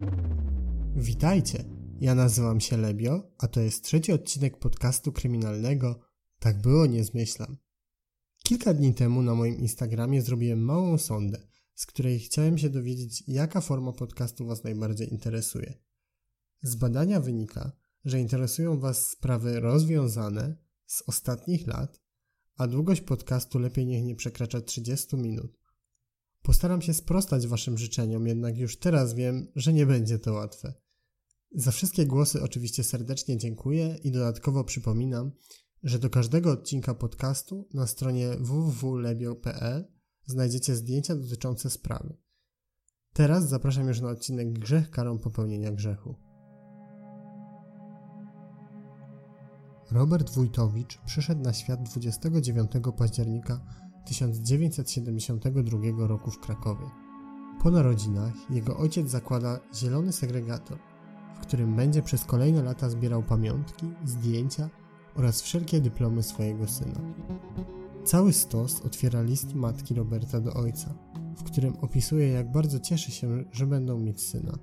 Witajcie, ja nazywam się Lebio, a to jest 3. odcinek podcastu kryminalnego Tak było, nie zmyślam. Kilka dni temu na moim Instagramie zrobiłem małą sondę, z której chciałem się dowiedzieć, jaka forma podcastu Was najbardziej interesuje. Z badania wynika, że interesują Was sprawy rozwiązane z ostatnich lat, a długość podcastu lepiej niech nie przekracza 30 minut. Postaram się sprostać Waszym życzeniom, jednak już teraz wiem, że nie będzie to łatwe. Za wszystkie głosy oczywiście serdecznie dziękuję i dodatkowo przypominam, że do każdego odcinka podcastu na stronie www.lebio.pl znajdziecie zdjęcia dotyczące sprawy. Teraz zapraszam już na odcinek Grzech karą popełnienia grzechu. Robert Wójtowicz przyszedł na świat 29 października 1972 roku w Krakowie. Po narodzinach jego ojciec zakłada zielony segregator, w którym będzie przez kolejne lata zbierał pamiątki, zdjęcia oraz wszelkie dyplomy swojego syna. Cały stos otwiera list matki Roberta do ojca, w którym opisuje, jak bardzo cieszy się, że będą mieć syna.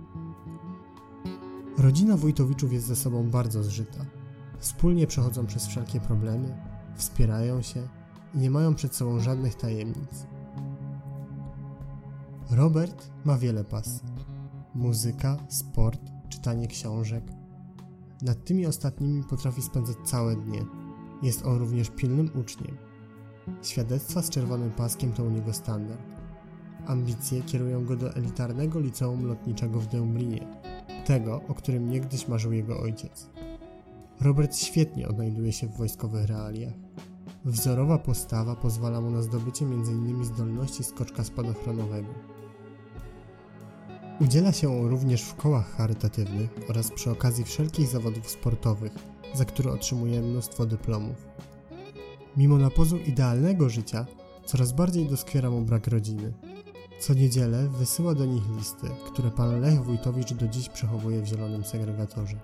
Rodzina Wójtowiczów jest ze sobą bardzo zżyta. Wspólnie przechodzą przez wszelkie problemy, wspierają się i nie mają przed sobą żadnych tajemnic. Robert ma wiele pasji. Muzyka, sport, czytanie książek. Nad tymi ostatnimi potrafi spędzać całe dnie. Jest on również pilnym uczniem. Świadectwa z czerwonym paskiem to u niego standard. Ambicje kierują go do elitarnego liceum lotniczego w Dęblinie, tego, o którym niegdyś marzył jego ojciec. Robert świetnie odnajduje się w wojskowych realiach. Wzorowa postawa pozwala mu na zdobycie m.in. zdolności skoczka spadochronowego. Udziela się on również w kołach charytatywnych oraz przy okazji wszelkich zawodów sportowych, za które otrzymuje mnóstwo dyplomów. Mimo na pozór idealnego życia, coraz bardziej doskwiera mu brak rodziny. Co niedzielę wysyła do nich listy, które pan Lech Wójtowicz do dziś przechowuje w zielonym segregatorze.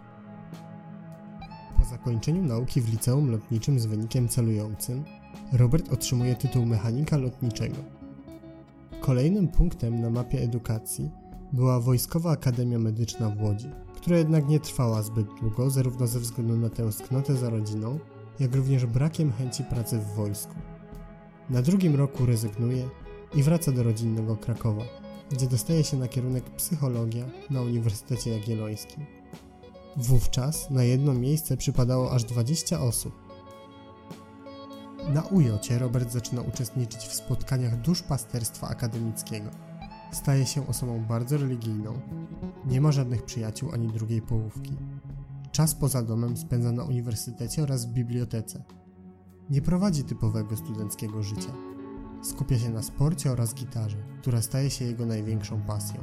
Po zakończeniu nauki w liceum lotniczym z wynikiem celującym, Robert otrzymuje tytuł mechanika lotniczego. Kolejnym punktem na mapie edukacji była Wojskowa Akademia Medyczna w Łodzi, która jednak nie trwała zbyt długo, zarówno ze względu na tęsknotę za rodziną, jak również brakiem chęci pracy w wojsku. Na drugim roku rezygnuje i wraca do rodzinnego Krakowa, gdzie dostaje się na kierunek psychologia na Uniwersytecie Jagiellońskim. Wówczas na jedno miejsce przypadało aż 20 osób. Na UJ Robert zaczyna uczestniczyć w spotkaniach duszpasterstwa akademickiego. Staje się osobą bardzo religijną. Nie ma żadnych przyjaciół ani drugiej połówki. Czas poza domem spędza na uniwersytecie oraz w bibliotece. Nie prowadzi typowego studenckiego życia. Skupia się na sporcie oraz gitarze, która staje się jego największą pasją.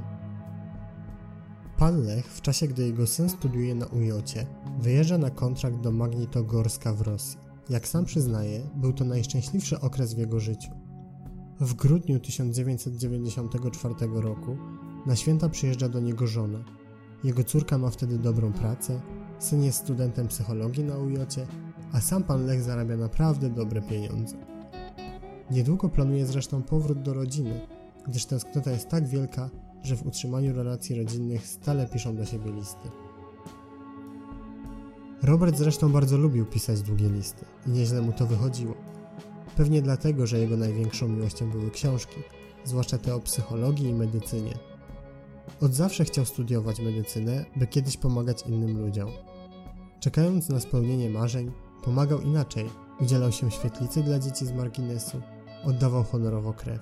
Pan Lech, w czasie gdy jego syn studiuje na UJ, wyjeżdża na kontrakt do Magnitogorska w Rosji. Jak sam przyznaje, był to najszczęśliwszy okres w jego życiu. W grudniu 1994 roku na święta przyjeżdża do niego żona. Jego córka ma wtedy dobrą pracę, syn jest studentem psychologii na UJ, a sam pan Lech zarabia naprawdę dobre pieniądze. Niedługo planuje zresztą powrót do rodziny, gdyż tęsknota jest tak wielka, że w utrzymaniu relacji rodzinnych stale piszą do siebie listy. Robert zresztą bardzo lubił pisać długie listy i nieźle mu to wychodziło. Pewnie dlatego, że jego największą miłością były książki, zwłaszcza te o psychologii i medycynie. Od zawsze chciał studiować medycynę, by kiedyś pomagać innym ludziom. Czekając na spełnienie marzeń, pomagał inaczej, udzielał się świetlicy dla dzieci z marginesu, oddawał honorowo krew.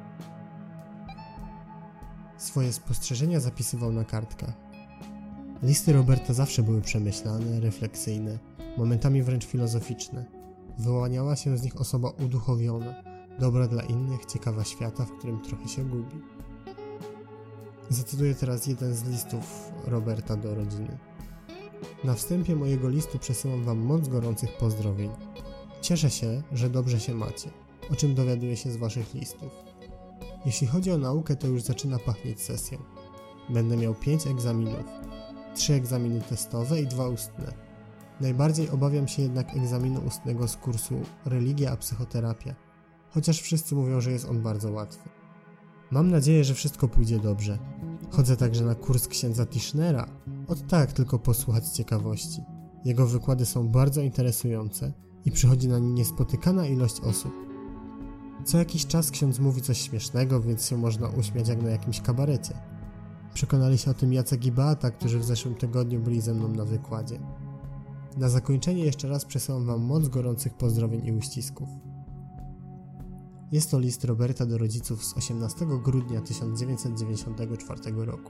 Swoje spostrzeżenia zapisywał na kartkach. Listy Roberta zawsze były przemyślane, refleksyjne, momentami wręcz filozoficzne. Wyłaniała się z nich osoba uduchowiona, dobra dla innych, ciekawa świata, w którym trochę się gubi. Zacytuję teraz jeden z listów Roberta do rodziny. Na wstępie mojego listu przesyłam wam moc gorących pozdrowień. Cieszę się, że dobrze się macie, o czym dowiaduję się z waszych listów. Jeśli chodzi o naukę, to już zaczyna pachnieć sesją. Będę miał 5 egzaminów, 3 egzaminy testowe i 2 ustne. Najbardziej obawiam się jednak egzaminu ustnego z kursu Religia a psychoterapia, chociaż wszyscy mówią, że jest on bardzo łatwy. Mam nadzieję, że wszystko pójdzie dobrze. Chodzę także na kurs księdza Tischnera, od tak tylko posłuchać z ciekawości. Jego wykłady są bardzo interesujące i przychodzi na nie niespotykana ilość osób. Co jakiś czas ksiądz mówi coś śmiesznego, więc się można uśmiać jak na jakimś kabarecie. Przekonali się o tym Jacek i Beata, którzy w zeszłym tygodniu byli ze mną na wykładzie. Na zakończenie jeszcze raz przesyłam Wam moc gorących pozdrowień i uścisków. Jest to list Roberta do rodziców z 18 grudnia 1994 roku.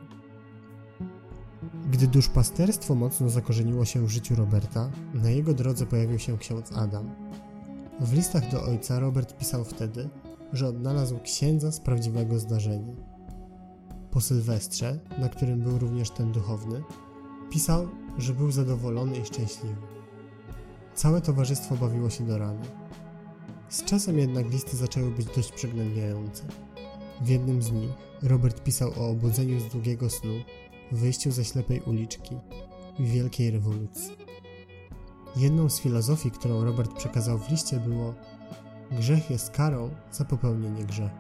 Gdy duszpasterstwo mocno zakorzeniło się w życiu Roberta, na jego drodze pojawił się ksiądz Adam. W listach do ojca Robert pisał wtedy, że odnalazł księdza z prawdziwego zdarzenia. Po Sylwestrze, na którym był również ten duchowny, pisał, że był zadowolony i szczęśliwy. Całe towarzystwo bawiło się do rana. Z czasem jednak listy zaczęły być dość przygnębiające. W jednym z nich Robert pisał o obudzeniu z długiego snu, wyjściu ze ślepej uliczki i wielkiej rewolucji. Jedną z filozofii, którą Robert przekazał w liście, było: grzech jest karą za popełnienie grzechu.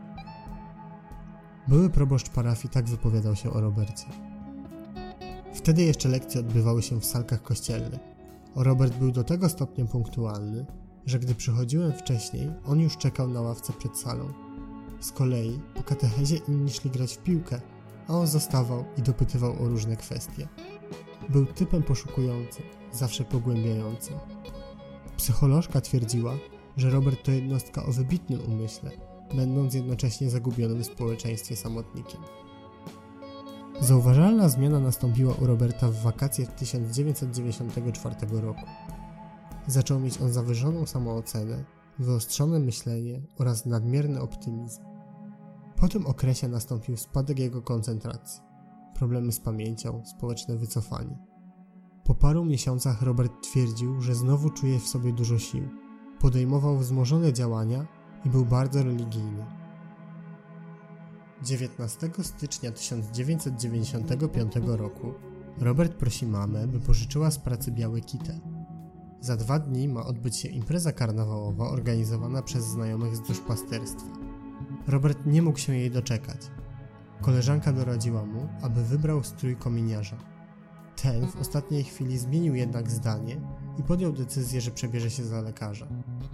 Były proboszcz parafii tak wypowiadał się o Robercie. Wtedy jeszcze lekcje odbywały się w salkach kościelnych. Robert był do tego stopnia punktualny, że gdy przychodziłem wcześniej, on już czekał na ławce przed salą. Z kolei po katechezie inni szli grać w piłkę, a on zostawał i dopytywał o różne kwestie. Był typem poszukującym, zawsze pogłębiającym. Psycholożka twierdziła, że Robert to jednostka o wybitnym umyśle, będąc jednocześnie zagubionym w społeczeństwie samotnikiem. Zauważalna zmiana nastąpiła u Roberta w wakacje 1994 roku. Zaczął mieć on zawyżoną samoocenę, wyostrzone myślenie oraz nadmierny optymizm. Po tym okresie nastąpił spadek jego koncentracji, problemy z pamięcią, społeczne wycofanie. Po paru miesiącach Robert twierdził, że znowu czuje w sobie dużo sił, podejmował wzmożone działania i był bardzo religijny. 19 stycznia 1995 roku Robert prosi mamę, by pożyczyła z pracy białe kitę. Za 2 dni ma odbyć się impreza karnawałowa organizowana przez znajomych z duszpasterstwa. Robert nie mógł się jej doczekać. Koleżanka doradziła mu, aby wybrał strój kominiarza. Ten w ostatniej chwili zmienił jednak zdanie i podjął decyzję, że przebierze się za lekarza.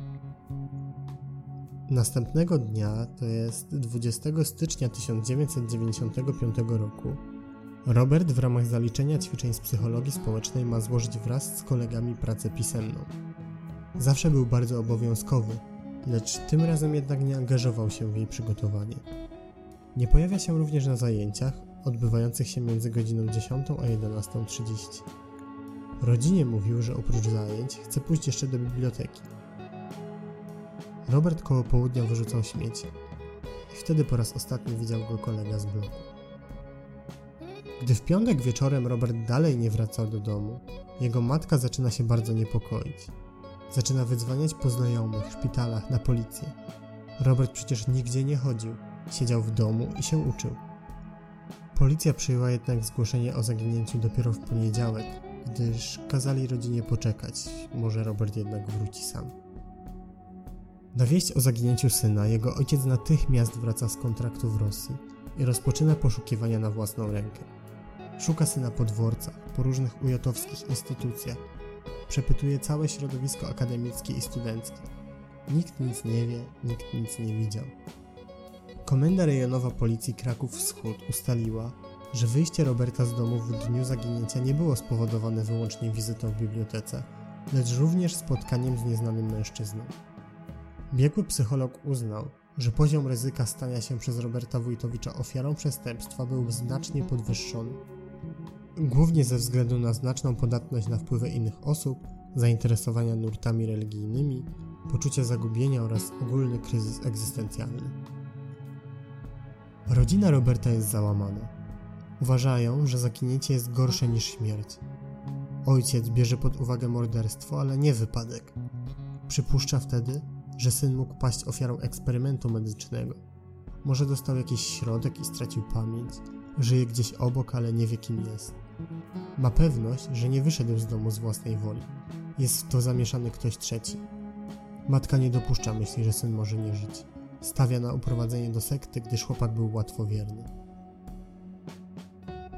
Następnego dnia, to jest 20 stycznia 1995 roku, Robert w ramach zaliczenia ćwiczeń z psychologii społecznej ma złożyć wraz z kolegami pracę pisemną. Zawsze był bardzo obowiązkowy, lecz tym razem jednak nie angażował się w jej przygotowanie. Nie pojawia się również na zajęciach odbywających się między godziną 10 a 11:30. Rodzinie mówił, że oprócz zajęć chce pójść jeszcze do biblioteki. Robert koło południa wyrzucał śmieci i wtedy po raz ostatni widział go kolega z bloku. Gdy w piątek wieczorem Robert dalej nie wracał do domu, jego matka zaczyna się bardzo niepokoić. Zaczyna wydzwaniać po znajomych, szpitalach, na policję. Robert przecież nigdzie nie chodził, siedział w domu i się uczył. Policja przyjęła jednak zgłoszenie o zaginięciu dopiero w poniedziałek, gdyż kazali rodzinie poczekać, może Robert jednak wróci sam. Na wieść o zaginięciu syna jego ojciec natychmiast wraca z kontraktu w Rosji i rozpoczyna poszukiwania na własną rękę. Szuka syna po dworcach, po różnych ujotowskich instytucjach. Przepytuje całe środowisko akademickie i studenckie. Nikt nic nie wie, nikt nic nie widział. Komenda rejonowa policji Kraków Wschód ustaliła, że wyjście Roberta z domu w dniu zaginięcia nie było spowodowane wyłącznie wizytą w bibliotece, lecz również spotkaniem z nieznanym mężczyzną. Biegły psycholog uznał, że poziom ryzyka stania się przez Roberta Wójtowicza ofiarą przestępstwa był znacznie podwyższony. Głównie ze względu na znaczną podatność na wpływy innych osób, zainteresowania nurtami religijnymi, poczucie zagubienia oraz ogólny kryzys egzystencjalny. Rodzina Roberta jest załamana. Uważają, że zaginięcie jest gorsze niż śmierć. Ojciec bierze pod uwagę morderstwo, ale nie wypadek. Przypuszcza wtedy, że syn mógł paść ofiarą eksperymentu medycznego. Może dostał jakiś środek i stracił pamięć, żyje gdzieś obok, ale nie wie kim jest. Ma pewność, że nie wyszedł z domu z własnej woli. Jest w to zamieszany ktoś trzeci. Matka nie dopuszcza myśli, że syn może nie żyć. Stawia na uprowadzenie do sekty, gdyż chłopak był łatwowierny.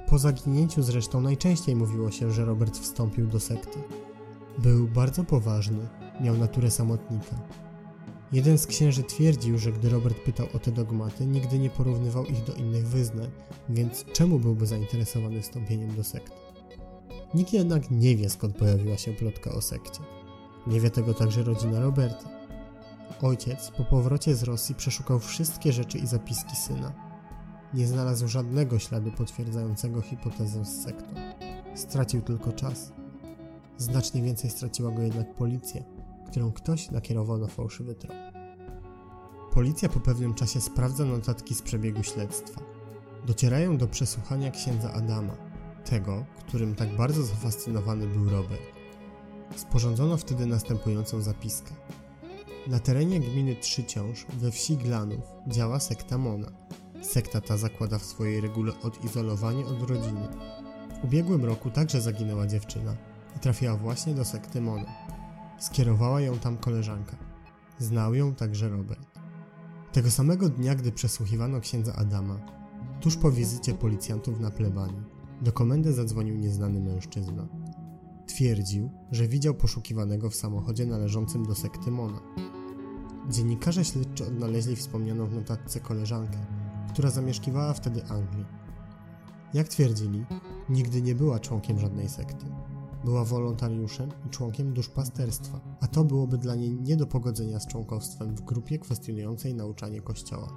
Po zaginięciu zresztą najczęściej mówiło się, że Robert wstąpił do sekty. Był bardzo poważny, miał naturę samotnika. Jeden z księży twierdził, że gdy Robert pytał o te dogmaty, nigdy nie porównywał ich do innych wyznań, więc czemu byłby zainteresowany wstąpieniem do sekty? Nikt jednak nie wie, skąd pojawiła się plotka o sekcie. Nie wie tego także rodzina Roberta. Ojciec po powrocie z Rosji przeszukał wszystkie rzeczy i zapiski syna. Nie znalazł żadnego śladu potwierdzającego hipotezę z sektą. Stracił tylko czas. Znacznie więcej straciła go jednak policja, którą ktoś nakierował na fałszywy trop. Policja po pewnym czasie sprawdza notatki z przebiegu śledztwa. Docierają do przesłuchania księdza Adama, tego, którym tak bardzo zafascynowany był Robert. Sporządzono wtedy następującą zapiskę. Na terenie gminy Trzyciąż we wsi Glanów działa sekta Mona. Sekta ta zakłada w swojej regule odizolowanie od rodziny. W ubiegłym roku także zaginęła dziewczyna i trafiła właśnie do sekty Mona. Skierowała ją tam koleżanka. Znał ją także Robert. Tego samego dnia, gdy przesłuchiwano księdza Adama, tuż po wizycie policjantów na plebanii, do komendy zadzwonił nieznany mężczyzna. Twierdził, że widział poszukiwanego w samochodzie należącym do sekty Mona. Dziennikarze śledczy odnaleźli wspomnianą w notatce koleżankę, która zamieszkiwała wtedy Anglii. Jak twierdzili, nigdy nie była członkiem żadnej sekty. Była wolontariuszem i członkiem duszpasterstwa, a to byłoby dla niej nie do pogodzenia z członkostwem w grupie kwestionującej nauczanie Kościoła.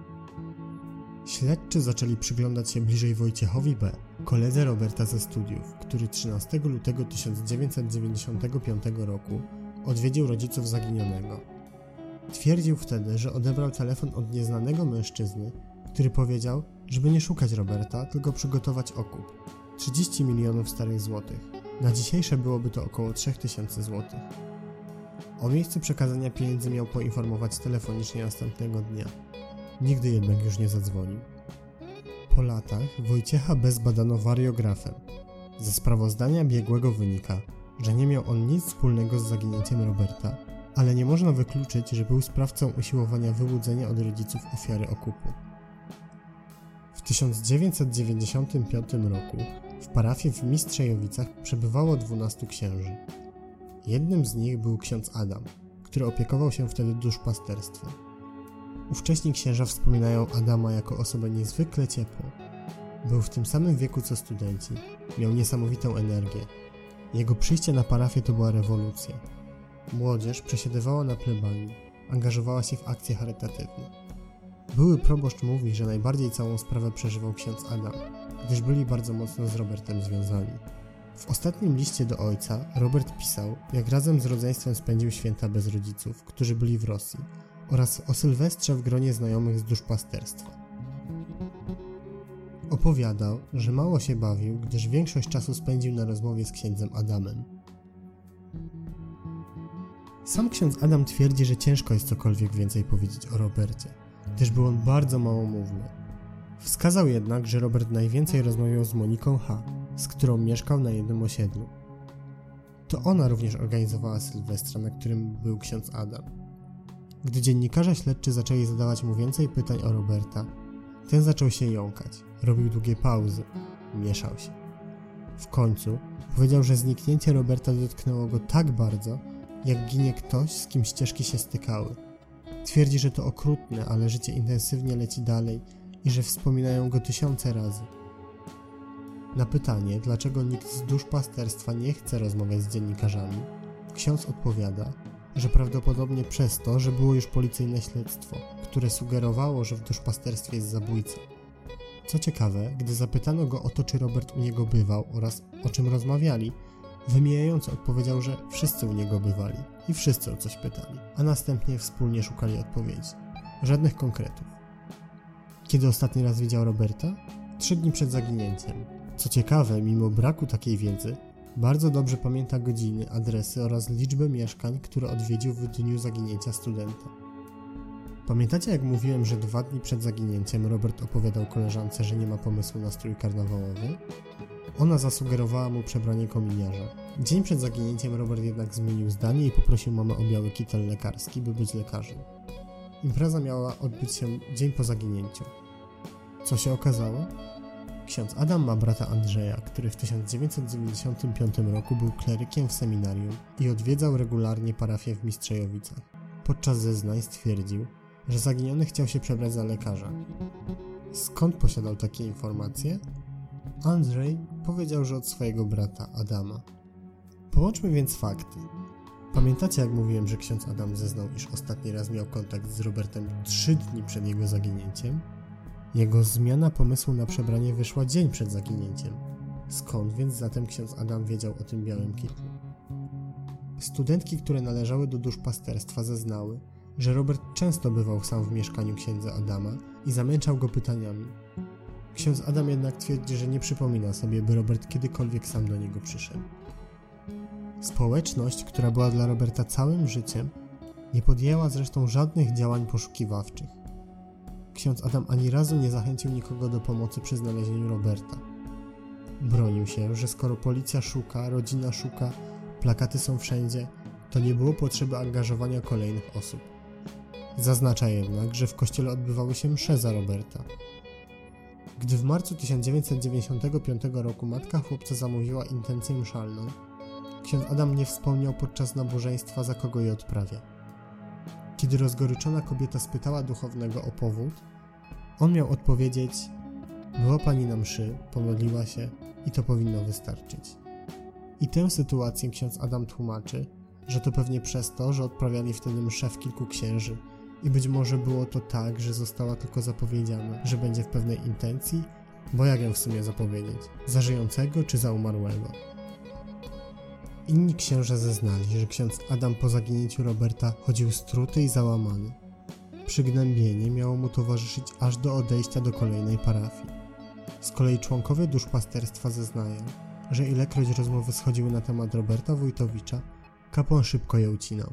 Śledczy zaczęli przyglądać się bliżej Wojciechowi B., koledze Roberta ze studiów, który 13 lutego 1995 roku odwiedził rodziców zaginionego. Twierdził wtedy, że odebrał telefon od nieznanego mężczyzny, który powiedział, żeby nie szukać Roberta, tylko przygotować okup. 30 milionów starych złotych. Na dzisiejsze byłoby to około 3000 złotych. O miejscu przekazania pieniędzy miał poinformować telefonicznie następnego dnia. Nigdy jednak już nie zadzwonił. Po latach Wojciecha B. zbadano wariografem. Ze sprawozdania biegłego wynika, że nie miał on nic wspólnego z zaginięciem Roberta, ale nie można wykluczyć, że był sprawcą usiłowania wyłudzenia od rodziców ofiary okupu. W 1995 roku w parafii w Mistrzejowicach przebywało 12 księży. Jednym z nich był ksiądz Adam, który opiekował się wtedy duszpasterstwem. Ówcześni księża wspominają Adama jako osobę niezwykle ciepłą. Był w tym samym wieku co studenci, miał niesamowitą energię. Jego przyjście na parafię to była rewolucja. Młodzież przesiadywała na plebanii, angażowała się w akcje charytatywne. Były proboszcz mówi, że najbardziej całą sprawę przeżywał ksiądz Adam, gdyż byli bardzo mocno z Robertem związani. W ostatnim liście do ojca Robert pisał, jak razem z rodzeństwem spędził święta bez rodziców, którzy byli w Rosji, oraz o Sylwestrze w gronie znajomych z duszpasterstwa. Opowiadał, że mało się bawił, gdyż większość czasu spędził na rozmowie z księdzem Adamem. Sam ksiądz Adam twierdzi, że ciężko jest cokolwiek więcej powiedzieć o Robercie, gdyż był on bardzo małomówny. Wskazał jednak, że Robert najwięcej rozmawiał z Moniką H., z którą mieszkał na jednym osiedlu. To ona również organizowała Sylwestra, na którym był ksiądz Adam. Gdy dziennikarze śledczy zaczęli zadawać mu więcej pytań o Roberta, ten zaczął się jąkać, robił długie pauzy, mieszał się. W końcu powiedział, że zniknięcie Roberta dotknęło go tak bardzo, jak ginie ktoś, z kim ścieżki się stykały. Twierdzi, że to okrutne, ale życie intensywnie leci dalej i że wspominają go tysiące razy. Na pytanie, dlaczego nikt z duszpasterstwa nie chce rozmawiać z dziennikarzami, ksiądz odpowiada, że prawdopodobnie przez to, że było już policyjne śledztwo, które sugerowało, że w duszpasterstwie jest zabójca. Co ciekawe, gdy zapytano go o to, czy Robert u niego bywał oraz o czym rozmawiali, wymijająco odpowiedział, że wszyscy u niego bywali i wszyscy o coś pytali, a następnie wspólnie szukali odpowiedzi. Żadnych konkretów. Kiedy ostatni raz widział Roberta? 3 dni przed zaginięciem. Co ciekawe, mimo braku takiej wiedzy, bardzo dobrze pamięta godziny, adresy oraz liczbę mieszkań, które odwiedził w dniu zaginięcia studenta. Pamiętacie, jak mówiłem, że 2 dni przed zaginięciem Robert opowiadał koleżance, że nie ma pomysłu na strój karnawałowy? Ona zasugerowała mu przebranie kominiarza. Dzień przed zaginięciem Robert jednak zmienił zdanie i poprosił mamę o biały kitel lekarski, by być lekarzem. Impreza miała odbyć się dzień po zaginięciu. Co się okazało? Ksiądz Adam ma brata Andrzeja, który w 1995 roku był klerykiem w seminarium i odwiedzał regularnie parafię w Mistrzejowicach. Podczas zeznań stwierdził, że zaginiony chciał się przebrać za lekarza. Skąd posiadał takie informacje? Andrzej powiedział, że od swojego brata Adama. Połączmy więc fakty. Pamiętacie, jak mówiłem, że ksiądz Adam zeznał, iż ostatni raz miał kontakt z Robertem 3 dni przed jego zaginięciem? Jego zmiana pomysłu na przebranie wyszła dzień przed zaginięciem. Skąd więc zatem ksiądz Adam wiedział o tym białym kitlu? Studentki, które należały do duszpasterstwa, zeznały, że Robert często bywał sam w mieszkaniu księdza Adama i zamęczał go pytaniami. Ksiądz Adam jednak twierdzi, że nie przypomina sobie, by Robert kiedykolwiek sam do niego przyszedł. Społeczność, która była dla Roberta całym życiem, nie podjęła zresztą żadnych działań poszukiwawczych. Ksiądz Adam ani razu nie zachęcił nikogo do pomocy przy znalezieniu Roberta. Bronił się, że skoro policja szuka, rodzina szuka, plakaty są wszędzie, to nie było potrzeby angażowania kolejnych osób. Zaznacza jednak, że w kościele odbywały się msze za Roberta. Gdy w marcu 1995 roku matka chłopca zamówiła intencję mszalną, ksiądz Adam nie wspomniał podczas nabożeństwa, za kogo je odprawia. Kiedy rozgoryczona kobieta spytała duchownego o powód, on miał odpowiedzieć: była pani na mszy, pomodliła się i to powinno wystarczyć. I tę sytuację ksiądz Adam tłumaczy, że to pewnie przez to, że odprawiali wtedy mszę w kilku księży i być może było to tak, że została tylko zapowiedziana, że będzie w pewnej intencji, bo jak ją w sumie zapowiedzieć? Za żyjącego czy za umarłego? Inni księża zeznali, że ksiądz Adam po zaginięciu Roberta chodził struty i załamany. Przygnębienie miało mu towarzyszyć aż do odejścia do kolejnej parafii. Z kolei członkowie duszpasterstwa zeznają, że ilekroć rozmowy schodziły na temat Roberta Wójtowicza, kapłan szybko je ucinał.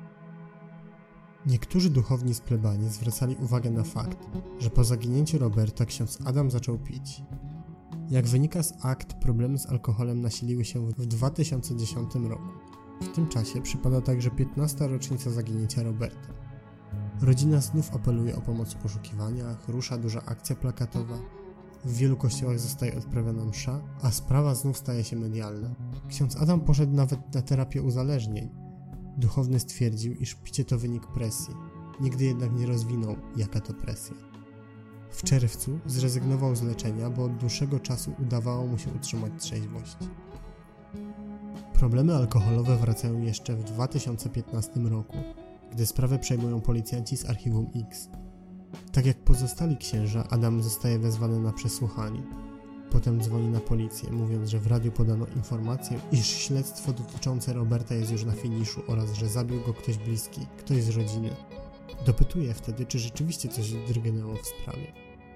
Niektórzy duchowni z plebanii zwracali uwagę na fakt, że po zaginięciu Roberta ksiądz Adam zaczął pić. Jak wynika z akt, problemy z alkoholem nasiliły się w 2010 roku. W tym czasie przypada także 15. rocznica zaginięcia Roberta. Rodzina znów apeluje o pomoc w poszukiwaniach, rusza duża akcja plakatowa, w wielu kościołach zostaje odprawiona msza, a sprawa znów staje się medialna. Ksiądz Adam poszedł nawet na terapię uzależnień. Duchowny stwierdził, iż picie to wynik presji. Nigdy jednak nie rozwinął, jaka to presja. W czerwcu zrezygnował z leczenia, bo od dłuższego czasu udawało mu się utrzymać trzeźwość. Problemy alkoholowe wracają jeszcze w 2015 roku, gdy sprawę przejmują policjanci z Archiwum X. Tak jak pozostali księża, Adam zostaje wezwany na przesłuchanie. Potem dzwoni na policję, mówiąc, że w radiu podano informację, iż śledztwo dotyczące Roberta jest już na finiszu oraz że zabił go ktoś bliski, ktoś z rodziny. Dopytuje wtedy, czy rzeczywiście coś drgnęło w sprawie.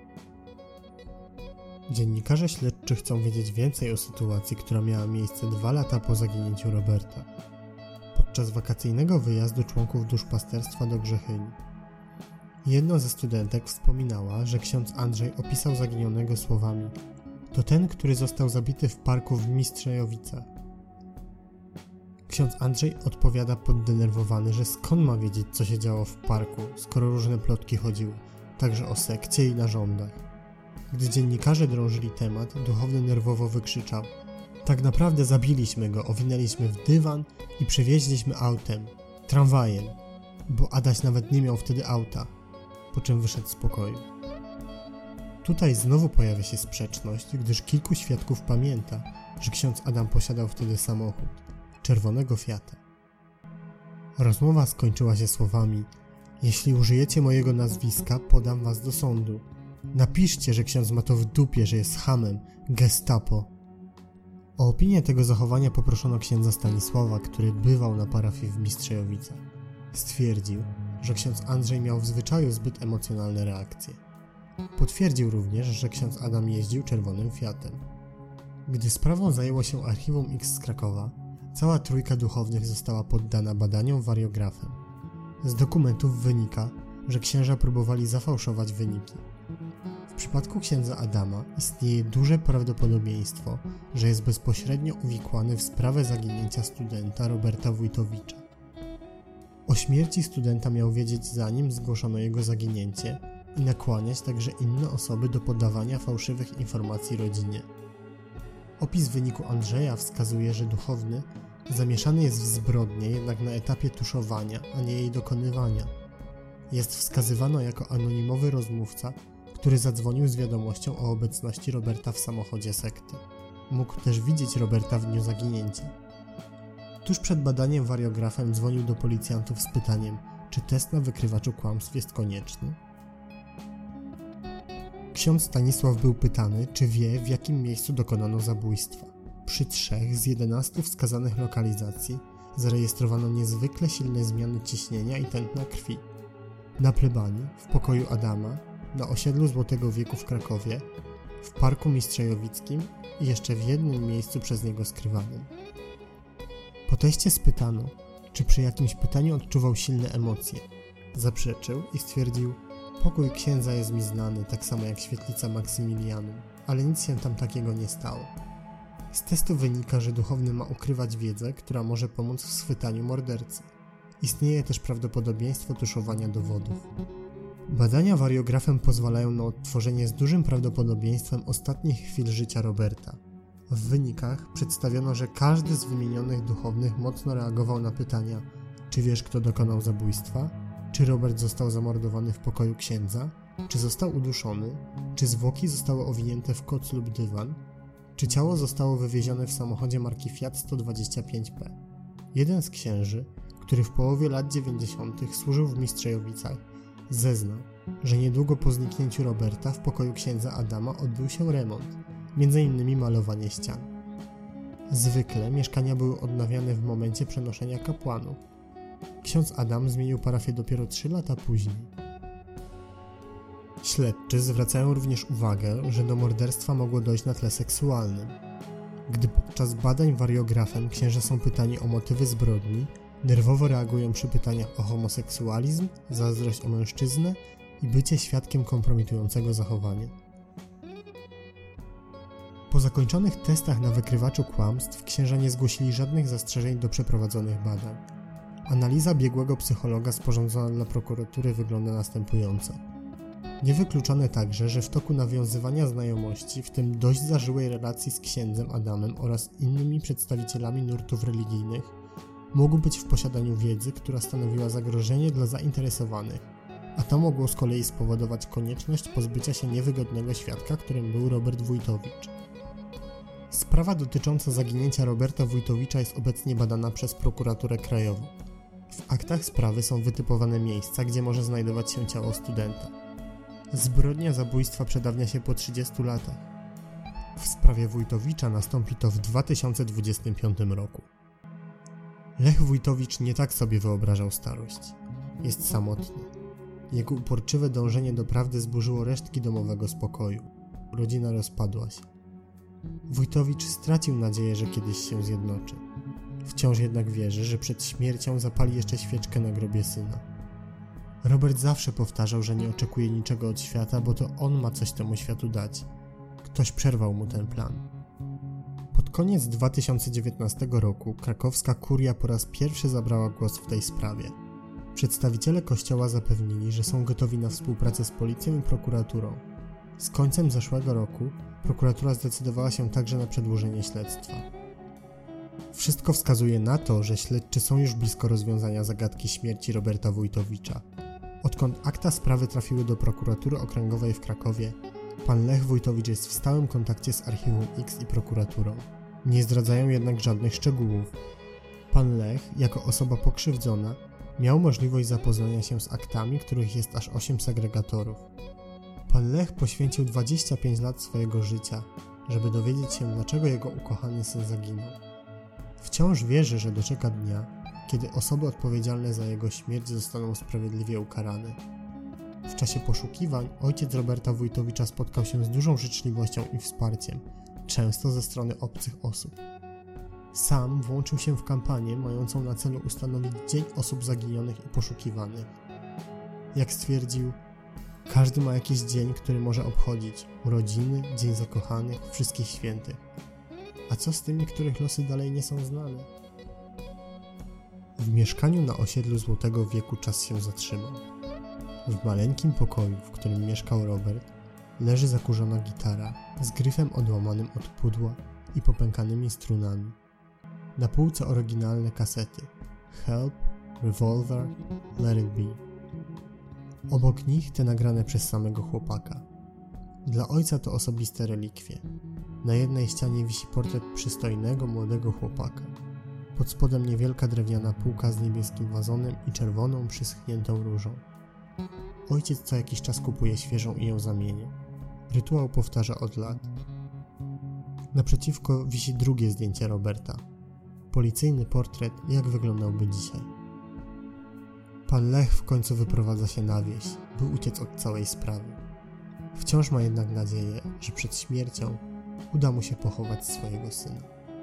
Dziennikarze śledczy chcą wiedzieć więcej o sytuacji, która miała miejsce 2 lata po zaginięciu Roberta, podczas wakacyjnego wyjazdu członków duszpasterstwa do Grzechyni. Jedna ze studentek wspominała, że ksiądz Andrzej opisał zaginionego słowami: to ten, który został zabity w parku w Mistrzejowicach. Ksiądz Andrzej odpowiada poddenerwowany, że skąd ma wiedzieć, co się działo w parku, skoro różne plotki chodziły, także o sekcie i narządach. Gdy dziennikarze drążyli temat, duchowny nerwowo wykrzyczał: tak naprawdę zabiliśmy go, owinęliśmy w dywan i przewieźliśmy autem, tramwajem, bo Adaś nawet nie miał wtedy auta, po czym wyszedł z pokoju. Tutaj znowu pojawia się sprzeczność, gdyż kilku świadków pamięta, że ksiądz Adam posiadał wtedy samochód, czerwonego Fiata. Rozmowa skończyła się słowami: jeśli użyjecie mojego nazwiska, podam was do sądu. Napiszcie, że ksiądz ma to w dupie, że jest chamem, gestapo. O opinię tego zachowania poproszono księdza Stanisława, który bywał na parafii w Mistrzejowicach. Stwierdził, że ksiądz Andrzej miał w zwyczaju zbyt emocjonalne reakcje. Potwierdził również, że ksiądz Adam jeździł czerwonym Fiatem. Gdy sprawą zajęło się Archiwum X z Krakowa, cała trójka duchownych została poddana badaniom wariografem. Z dokumentów wynika, że księża próbowali zafałszować wyniki. W przypadku księdza Adama istnieje duże prawdopodobieństwo, że jest bezpośrednio uwikłany w sprawę zaginięcia studenta Roberta Wójtowicza. O śmierci studenta miał wiedzieć, zanim zgłoszono jego zaginięcie i nakłaniać także inne osoby do podawania fałszywych informacji rodzinie. Opis wyniku Andrzeja wskazuje, że duchowny zamieszany jest w zbrodnię jednak na etapie tuszowania, a nie jej dokonywania. Jest wskazywano jako anonimowy rozmówca, który zadzwonił z wiadomością o obecności Roberta w samochodzie sekty. Mógł też widzieć Roberta w dniu zaginięcia. Tuż przed badaniem wariografem dzwonił do policjantów z pytaniem, czy test na wykrywaczu kłamstw jest konieczny. Ksiądz Stanisław był pytany, czy wie, w jakim miejscu dokonano zabójstwa. Przy 3 z 11 wskazanych lokalizacji zarejestrowano niezwykle silne zmiany ciśnienia i tętna krwi. Na plebanii, w pokoju Adama, na osiedlu Złotego Wieku w Krakowie, w Parku Mistrzejowickim i jeszcze w jednym miejscu przez niego skrywanym. Po teście spytano, czy przy jakimś pytaniu odczuwał silne emocje. Zaprzeczył i stwierdził, pokój księdza jest mi znany, tak samo jak świetlica Maksymilianum, ale nic się tam takiego nie stało. Z testu wynika, że duchowny ma ukrywać wiedzę, która może pomóc w schwytaniu mordercy. Istnieje też prawdopodobieństwo tuszowania dowodów. Badania wariografem pozwalają na odtworzenie z dużym prawdopodobieństwem ostatnich chwil życia Roberta. W wynikach przedstawiono, że każdy z wymienionych duchownych mocno reagował na pytania, czy wiesz, kto dokonał zabójstwa, czy Robert został zamordowany w pokoju księdza, czy został uduszony, czy zwłoki zostały owinięte w koc lub dywan, czy ciało zostało wywiezione w samochodzie marki Fiat 125P. Jeden z księży, który w połowie lat 90. służył w Mistrzejowicach, zeznał, że niedługo po zniknięciu Roberta w pokoju księdza Adama odbył się remont, m.in. malowanie ścian. Zwykle mieszkania były odnawiane w momencie przenoszenia kapłanów. Ksiądz Adam zmienił parafię dopiero 3 lata później. Śledczy zwracają również uwagę, że do morderstwa mogło dojść na tle seksualnym. Gdy podczas badań wariografem księża są pytani o motywy zbrodni, nerwowo reagują przy pytaniach o homoseksualizm, zazdrość o mężczyznę i bycie świadkiem kompromitującego zachowania. Po zakończonych testach na wykrywaczu kłamstw księża nie zgłosili żadnych zastrzeżeń do przeprowadzonych badań. Analiza biegłego psychologa sporządzona dla prokuratury wygląda następująco. Niewykluczone także, że w toku nawiązywania znajomości, w tym dość zażyłej relacji z księdzem Adamem oraz innymi przedstawicielami nurtów religijnych, mógł być w posiadaniu wiedzy, która stanowiła zagrożenie dla zainteresowanych, a to mogło z kolei spowodować konieczność pozbycia się niewygodnego świadka, którym był Robert Wójtowicz. Sprawa dotycząca zaginięcia Roberta Wójtowicza jest obecnie badana przez prokuraturę krajową. W aktach sprawy są wytypowane miejsca, gdzie może znajdować się ciało studenta. Zbrodnia zabójstwa przedawnia się po 30 latach. W sprawie Wójtowicza nastąpi to w 2025 roku. Lech Wójtowicz nie tak sobie wyobrażał starość. Jest samotny. Jego uporczywe dążenie do prawdy zburzyło resztki domowego spokoju. Rodzina rozpadła się. Wójtowicz stracił nadzieję, że kiedyś się zjednoczy. Wciąż jednak wierzy, że przed śmiercią zapali jeszcze świeczkę na grobie syna. Robert zawsze powtarzał, że nie oczekuje niczego od świata, bo to on ma coś temu światu dać. Ktoś przerwał mu ten plan. Pod koniec 2019 roku krakowska kuria po raz pierwszy zabrała głos w tej sprawie. Przedstawiciele kościoła zapewnili, że są gotowi na współpracę z policją i prokuraturą. Z końcem zeszłego roku prokuratura zdecydowała się także na przedłużenie śledztwa. Wszystko wskazuje na to, że śledczy są już blisko rozwiązania zagadki śmierci Roberta Wójtowicza. Odkąd akta sprawy trafiły do prokuratury okręgowej w Krakowie, pan Lech Wójtowicz jest w stałym kontakcie z Archiwum X i prokuraturą. Nie zdradzają jednak żadnych szczegółów. Pan Lech, jako osoba pokrzywdzona, miał możliwość zapoznania się z aktami, których jest aż 8 segregatorów. Pan Lech poświęcił 25 lat swojego życia, żeby dowiedzieć się, dlaczego jego ukochany syn zaginął. Wciąż wierzy, że doczeka dnia, kiedy osoby odpowiedzialne za jego śmierć zostaną sprawiedliwie ukarane. W czasie poszukiwań ojciec Roberta Wójtowicza spotkał się z dużą życzliwością i wsparciem, często ze strony obcych osób. Sam włączył się w kampanię mającą na celu ustanowić Dzień Osób Zaginionych i Poszukiwanych. Jak stwierdził, każdy ma jakiś dzień, który może obchodzić: urodziny, Dzień Zakochanych, Wszystkich Świętych. A co z tymi, których losy dalej nie są znane? W mieszkaniu na osiedlu Złotego Wieku czas się zatrzymał. W maleńkim pokoju, w którym mieszkał Robert, leży zakurzona gitara z gryfem odłamanym od pudła i popękanymi strunami. Na półce oryginalne kasety Help, Revolver, Let It Be. Obok nich te nagrane przez samego chłopaka. Dla ojca to osobiste relikwie. Na jednej ścianie wisi portret przystojnego, młodego chłopaka. Pod spodem niewielka drewniana półka z niebieskim wazonem i czerwoną, przyschniętą różą. Ojciec co jakiś czas kupuje świeżą i ją zamienia. Rytuał powtarza od lat. Naprzeciwko wisi drugie zdjęcie Roberta. Policyjny portret, jak wyglądałby dzisiaj. Pan Lech w końcu wyprowadza się na wieś, by uciec od całej sprawy. Wciąż ma jednak nadzieję, że przed śmiercią uda mu się pochować swojego syna.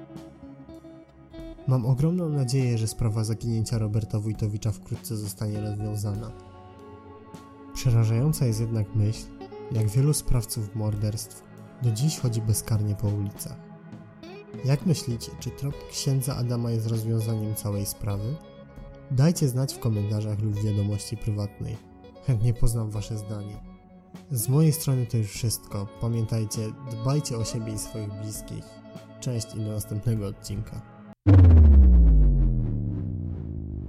Mam ogromną nadzieję, że sprawa zaginięcia Roberta Wójtowicza wkrótce zostanie rozwiązana. Przerażająca jest jednak myśl, jak wielu sprawców morderstw do dziś chodzi bezkarnie po ulicach. Jak myślicie, czy trop księdza Adama jest rozwiązaniem całej sprawy? Dajcie znać w komentarzach lub wiadomości prywatnej. Chętnie poznam wasze zdanie. Z mojej strony to już wszystko. Pamiętajcie, dbajcie o siebie i swoich bliskich. Cześć i do następnego odcinka.